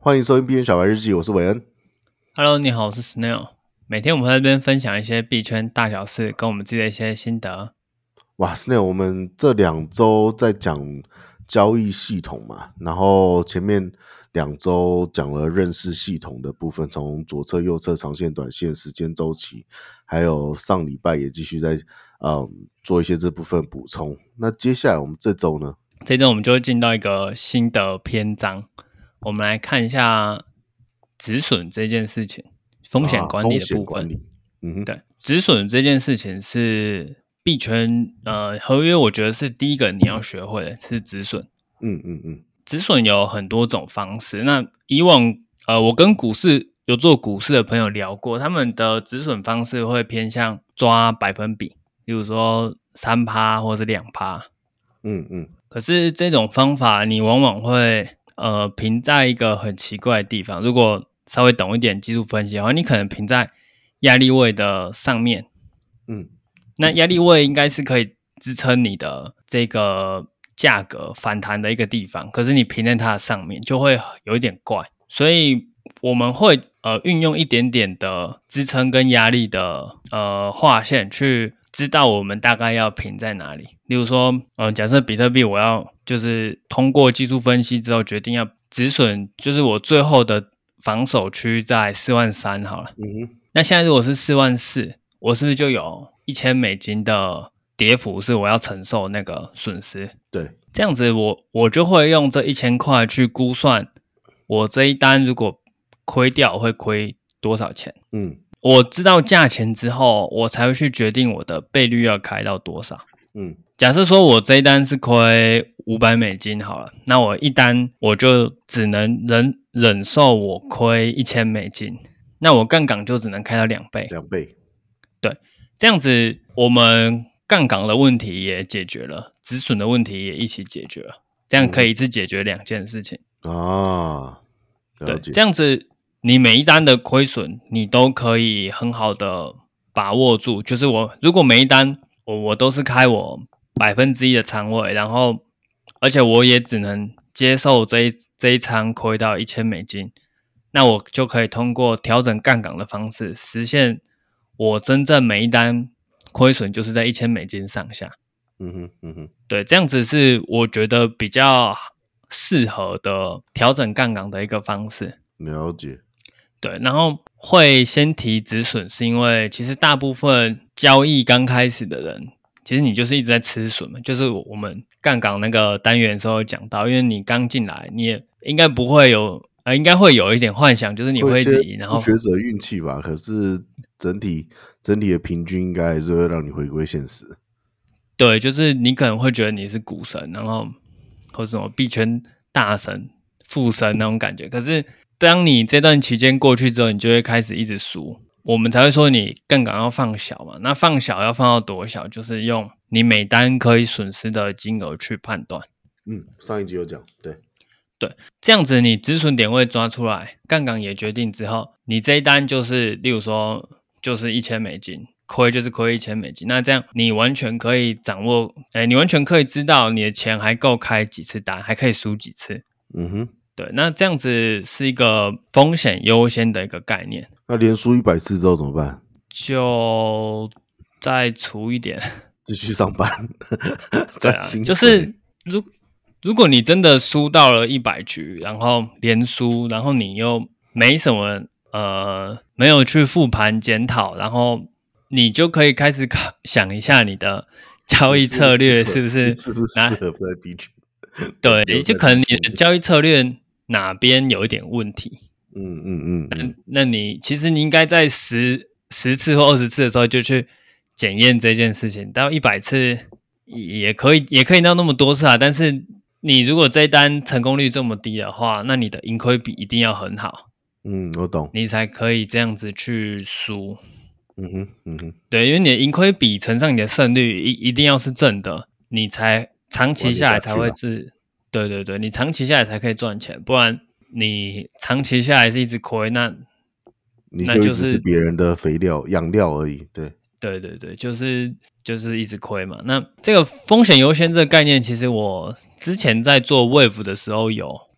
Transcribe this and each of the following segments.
欢迎收听币圈小白日记，我是韦恩。 Hello， 你好，我是 Snail。每天我们会在这边分享一些币圈大小事，跟我们自己的一些心得。 哇 ，Snail， 我们这2周在讲交易系统嘛，然后前面2周讲了认识系统的部分，从左侧、右侧、长线、短线、时间周期，还有上礼拜也继续在做一些这部分补充。那接下来我们这周呢？ 这周我们就会进到一个新的篇章，我们来看一下止损这件事情，风险管理的部分。对，止损这件事情是币圈合约，我觉得是第一个你要学会的是止损。止损有很多种方式。那以往我跟有做股市的朋友聊过，他们的止损方式会偏向抓百分比，例如说 3% 或是 2%。可是这种方法你往往会平在一个很奇怪的地方。如果稍微懂一点技术分析的话，你可能平在压力位的上面。那压力位应该是可以支撑你的这个价格反弹的一个地方，可是你平在它的上面就会有一点怪。所以我们会运用一点点的支撑跟压力的划线去知道我们大概要平在哪里。例如说假设比特币我要就是通过技术分析之后决定要止损，就是我最后的防守区在43000好了。那现在如果是44000，我是不是就有$1000的跌幅是我要承受那个损失？ 对， 这样子我就会用这1000块去估算我这一单如果亏掉我会亏多少钱。我知道价钱之后，我才会去决定我的倍率要开到多少。假设说我这一单是亏$500好了，那我一单我就只能忍受我亏$1000，那我杠杆就只能开到2倍。对，这样子我们杠杆的问题也解决了，止损的问题也一起解决了，这样可以一次解决2件事情。对，这样子你每一单的亏损你都可以很好的把握住。就是如果每一单我都是开我1%的仓位，然后而且我也只能接受这一仓亏到$1000，那我就可以通过调整杠杆的方式实现我真正每一单亏损就是在$1000上下。对，这样子是我觉得比较适合的调整杠杆的一个方式。 了解。 对，然后会先提止损是因为其实大部分交易刚开始的人，其实你就是一直在吃损嘛。就是我们杠杆那个单元的时候讲到，因为你刚进来你也应该不会有应该会有一点幻想，就是你会自己然后学者运气吧，可是整体的平均应该还是会让你回归现实。 对，就是你可能会觉得你是股神，然后或什么币圈大神副神那种感觉，可是当你这段期间过去之后，你就会开始一直输，我们才会说你杠杆要放小嘛。那放小要放到多小，就是用你每单可以损失的金额去判断。 上一集有讲。 对，这样子你止损点位抓出来，杠杆也决定之后，你这一单就是例如说就是$1000，亏就是亏$1000，那这样你完全可以掌握你完全可以知道你的钱还够开几次单，还可以输几次。对，那这样子是一个风险优先的一个概念。 那连输100次之后怎么办？ 就再除一点， 继续上班。 对啊，就是如果你真的输到了100局，然后连输，然后你又没什么没有去复盘检讨，然后你就可以开始想一下你的交易策略是不是适合在币圈。 对，就可能你的交易策略哪边有一点问题。那你其实你应该在10次或20次的时候就去检验这件事情，到100次也可以到那么多次啊。但是你如果这一单成功率这么低的话，那你的盈亏比一定要很好。 我懂。 你才可以这样子去输。对，因为你的盈亏比乘上你的胜率一定要是正的，你才长期下来才会对，你长期下来才可以赚钱，不然你长期下来是一直亏，那你就一直是别人的肥料养料而已。 对，就是一直亏嘛。那这个风险优先这个概念，其实我之前在做 Wave 的时候有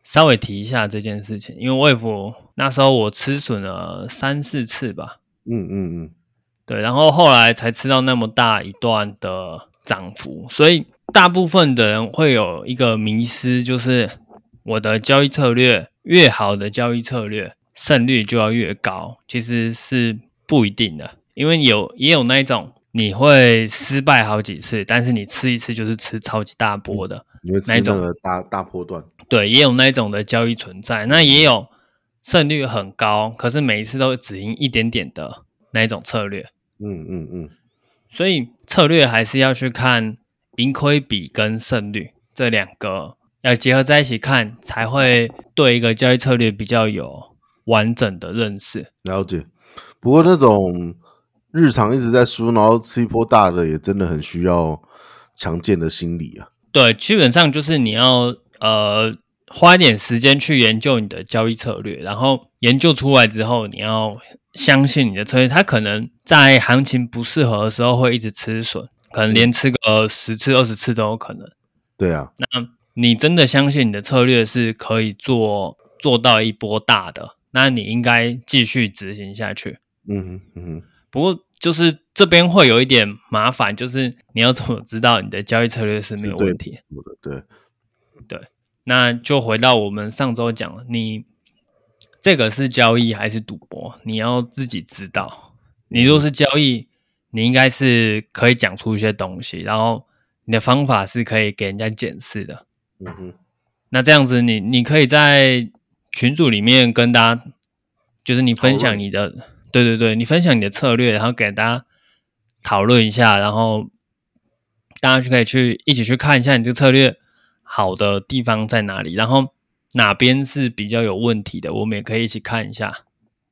稍微提一下这件事情，因为 Wave 那时候我吃损了3-4次吧。对，然后后来才吃到那么大一段的涨幅，所以大部分的人会有一个迷思，就是我的交易策略越好的交易策略胜率就要越高，其实是不一定的，因为也有那一种你会失败好几次，但是你吃一次就是吃超级大波的， 你会吃那个大波段。 对，也有那一种的交易存在，那也有胜率很高，可是每一次都只赢一点点的那一种策略。所以策略还是要去看盈亏比跟胜率这两个要结合在一起看，才会对一个交易策略比较有完整的认识。 了解。不过那种日常一直在输，然后吃一波大的，也真的很需要强健的心理啊。 对，基本上就是你要花一点时间去研究你的交易策略，然后研究出来之后，你要相信你的策略，它可能在行情不适合的时候会一直吃损，可能连吃个10次、20次都有可能。 对啊， 那你真的相信你的策略是可以做到一波大的，那你应该继续执行下去。不过就是这边会有一点麻烦，就是你要怎么知道你的交易策略是没有问题的？ 对，那就回到我们上周讲了，你这个是交易还是赌博，你要自己知道。你如果是交易，你应该是可以讲出一些东西，然后你的方法是可以给人家检视的。那这样子你可以在群组里面跟大家，就是你分享你的，对，你分享你的策略，然后给大家讨论一下，然后大家就可以一起去看一下你这个策略好的地方在哪里，然后哪边是比较有问题的，我们也可以一起看一下。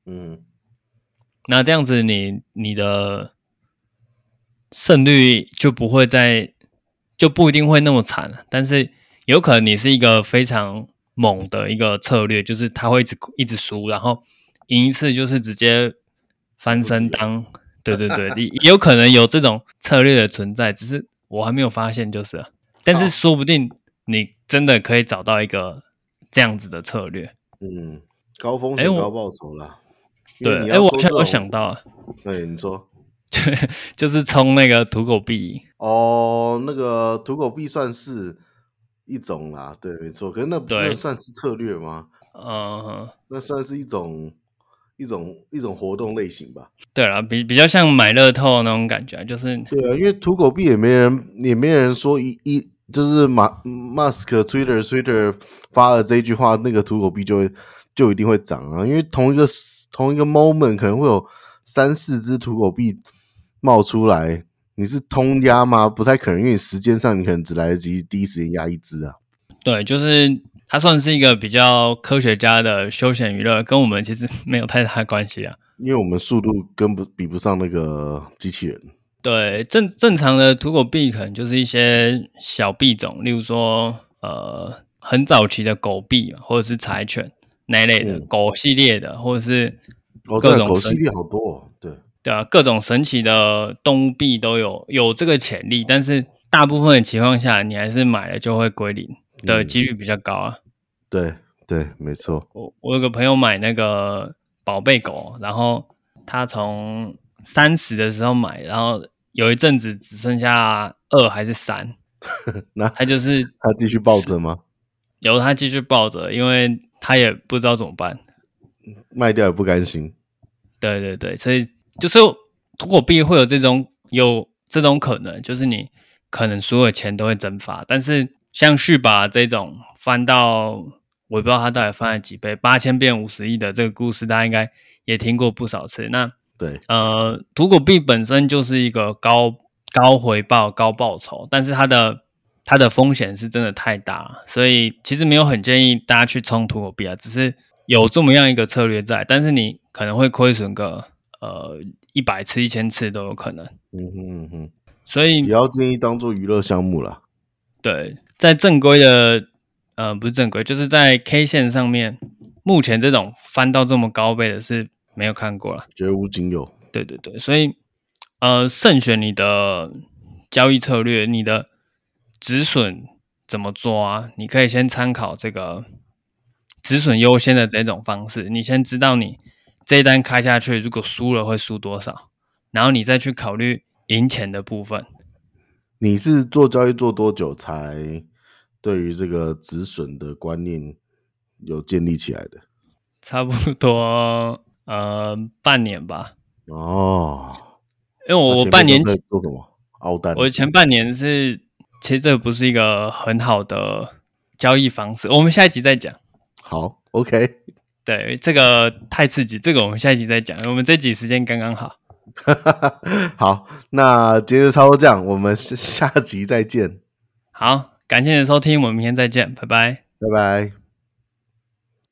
那这样子你的胜率就不一定会那么惨，但是有可能你是一个非常猛的一个策略，就是它会一直输，然后赢一次就是直接翻身当，对，也有可能有这种策略的存在，只是我还没有发现就是了，但是说不定你真的可以找到一个这样子的策略。 高风险高报酬啦。 对，我想到了。 对，你说。 就是冲那个土狗币。 那个土狗币算是一种啦，对，没错。可是那算是策略吗？那算是一种活动类型吧。 对啦，比较像买乐透那种感觉，就是对啊，因为土狗币也没人说就是Musk Twitter 发了这句话，那个土狗币就一定会涨啊。因为同一个 moment 可能会有3-4只土狗币冒出来，你是通压吗？不太可能，因为你时间上你可能只来得及第一时间压一只啊。 对，就是它算是一个比较科学家的休闲娱乐，跟我们其实没有太大关系啊。 因为我们速度比不上那个机器人。 对，正常的土狗币可能就是一些小币种，例如说很早期的狗币或者是柴犬那一类的狗系列的，或者是各种狗系列好多对啊，各种神奇的动物币都有这个潜力，但是大部分的情况下，你还是买了就会归零的几率比较高啊。 对，没错。 我有个朋友买那个宝贝狗，然后他从30的时候买，然后有一阵子只剩下2还是3， 那他继续抱着吗？ 有，他继续抱着，因为他也不知道怎么办， 卖掉也不甘心。 对，所以就是土狗币会有这种可能，就是你可能所有钱都会蒸发，但是像续把这种翻到我不知道他到底翻了几倍，8000变50亿的这个故事，大家应该也听过不少次。那对， 土狗币本身就是一个高回报、高报酬，但是它的风险是真的太大，所以其实没有很建议大家去冲土狗币啊，只是有这么样一个策略在，但是你可能会亏损个100次、1000次都有可能。所以也要建议当做娱乐项目啦。 对，在正规的不是正规，就是在 K 线上面，目前这种翻到这么高倍的是没有看过啦， 绝无仅有。 对，所以慎选你的交易策略，你的止损怎么做啊？你可以先参考这个止损优先的这种方式，你先知道你这一单开下去，如果输了会输多少，然后你再去考虑赢钱的部分。 你是做交易做多久才对于这个止损的观念有建立起来的？ 差不多半年吧。 哦， 因为我半年前做什么？凹单。 我前半年是，其实这不是一个很好的交易方式。我们下一集再讲。 好 ，OK。 对，这个太刺激，这个我们下一集再讲。我们这集时间刚刚好。 好，那今天就差不多这样，我们下集再见。 好，感谢你的收听，我们明天再见，拜拜。 拜拜。